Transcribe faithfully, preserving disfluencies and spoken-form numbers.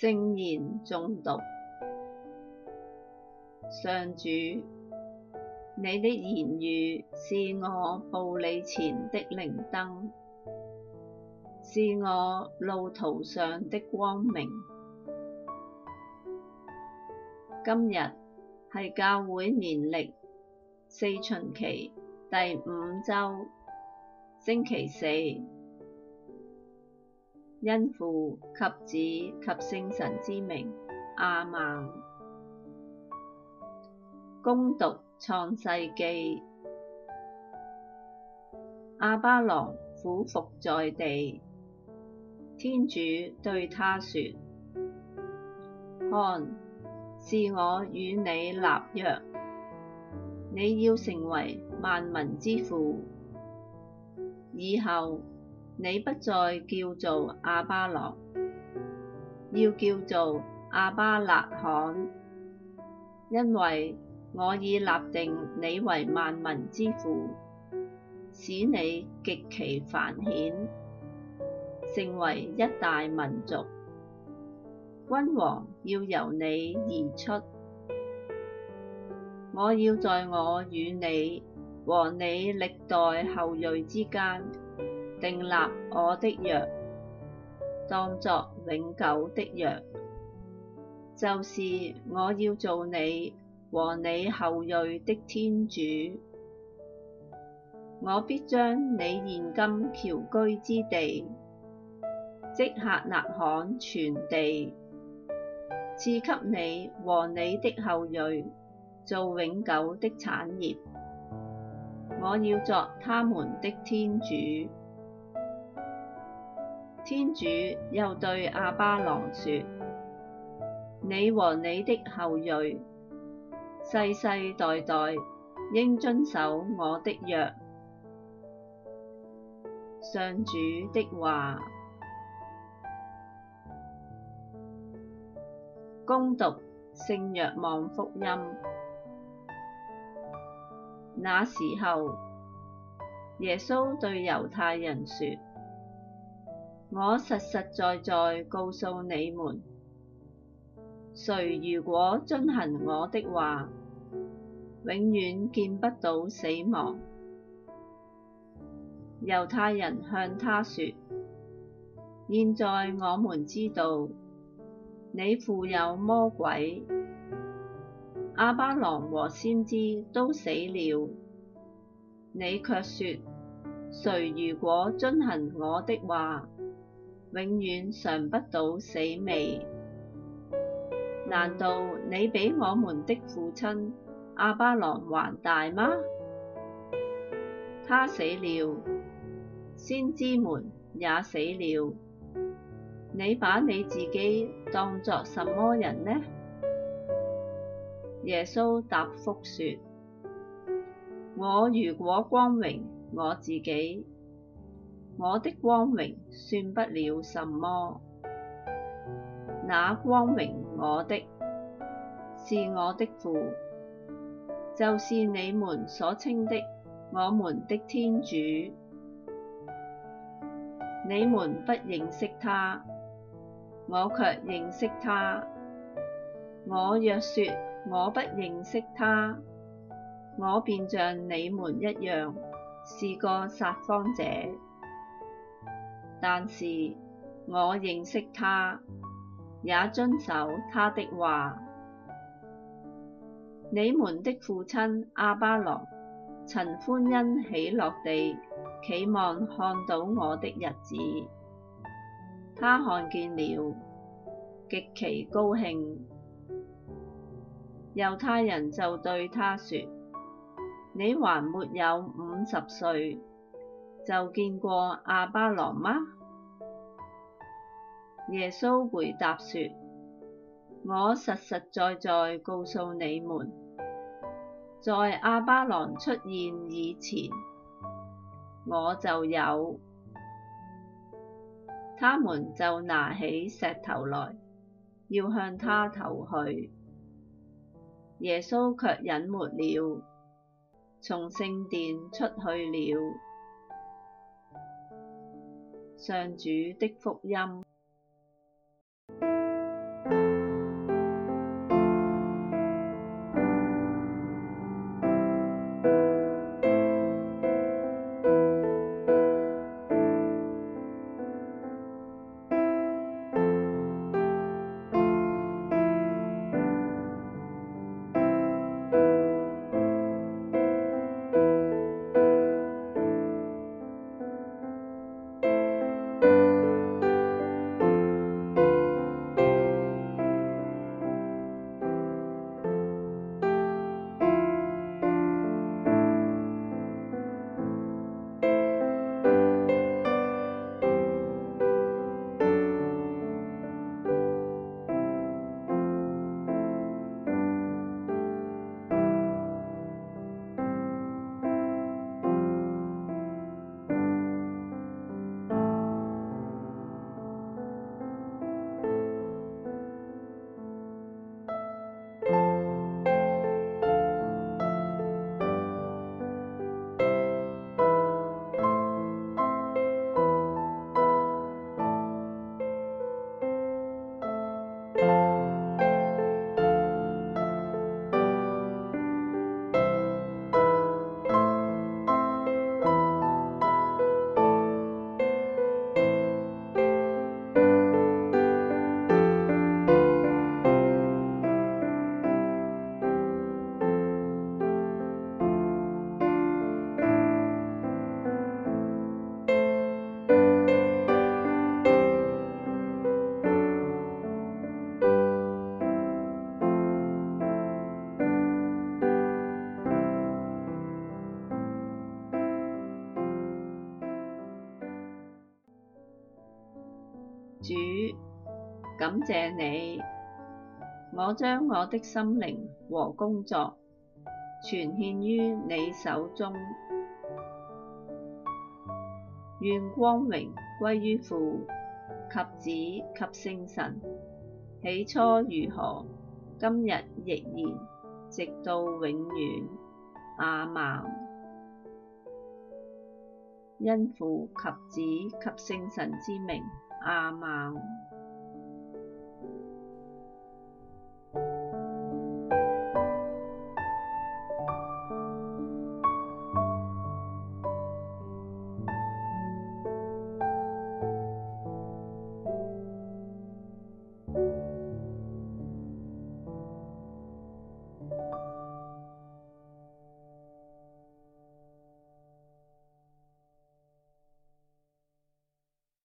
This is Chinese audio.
聖言誦讀。上主，你的言語是我步履前的靈燈，是我路途上的光明。今日係教會年曆四旬期第五週，星期四。因父及子及聖神之名，阿們。恭讀創世記。亞巴郎俯伏在地，天主對他說：看，是我與你立約，你要成為萬民之父。以後你不再叫做亞巴郎，要叫做亞巴辣罕，因為我已立定你為萬民之父，使你極其繁衍，成為一大民族。君王要由你而出。我要在我與你和你歷代後裔之間訂立我的約，當作永久的約，就是我要做你和你後裔的天主。我必將你現今僑居之地，即客納罕全地，賜給你和你的後裔做永久的產業。我要作他們的天主。天主又對亞巴郎說：你和你的後裔，世世代代應遵守我的約。上主的話。恭讀聖若望福音。那時候，耶穌對猶太人說：我實實在在告訴你們，誰如果遵行我的話，永遠見不到死亡。猶太人向他說：現在我們知道，你附有魔鬼。亞巴郎和先知都死了，你卻說，誰如果遵行我的話，永遠嘗不到死味。難道你比我們的父親亞巴郎還大嗎？他死了，先知們也死了，你把你自己當作什麼人呢？耶穌答覆說：我如果光榮我自己，我的光榮算不了什麼。那光榮我的，是我的父，就是你們所稱的我們的天主。你們不認識他，我卻認識他。我若說我不認識他，我便像你們一樣，是個撒謊者。但是我認識他，也遵守他的話。你們的父親亞巴郎曾歡欣喜樂地期望看到我的日子，他看見了，極其高興。猶太人就對他說：你還沒有五十歲，就見過亞巴郎嗎？耶穌回答說：我實實在在告訴你們，在亞巴郎出現以前，我就有。他們就拿起石頭來，要向他投去。耶穌卻隱沒了，從聖殿出去了。上主的福音。 感謝你，我將我的心靈和工作全獻於你手中。願光榮歸於父及子及聖神，起初如何，今日亦然，直到永遠。阿們。因父及子及聖神之名。阿們。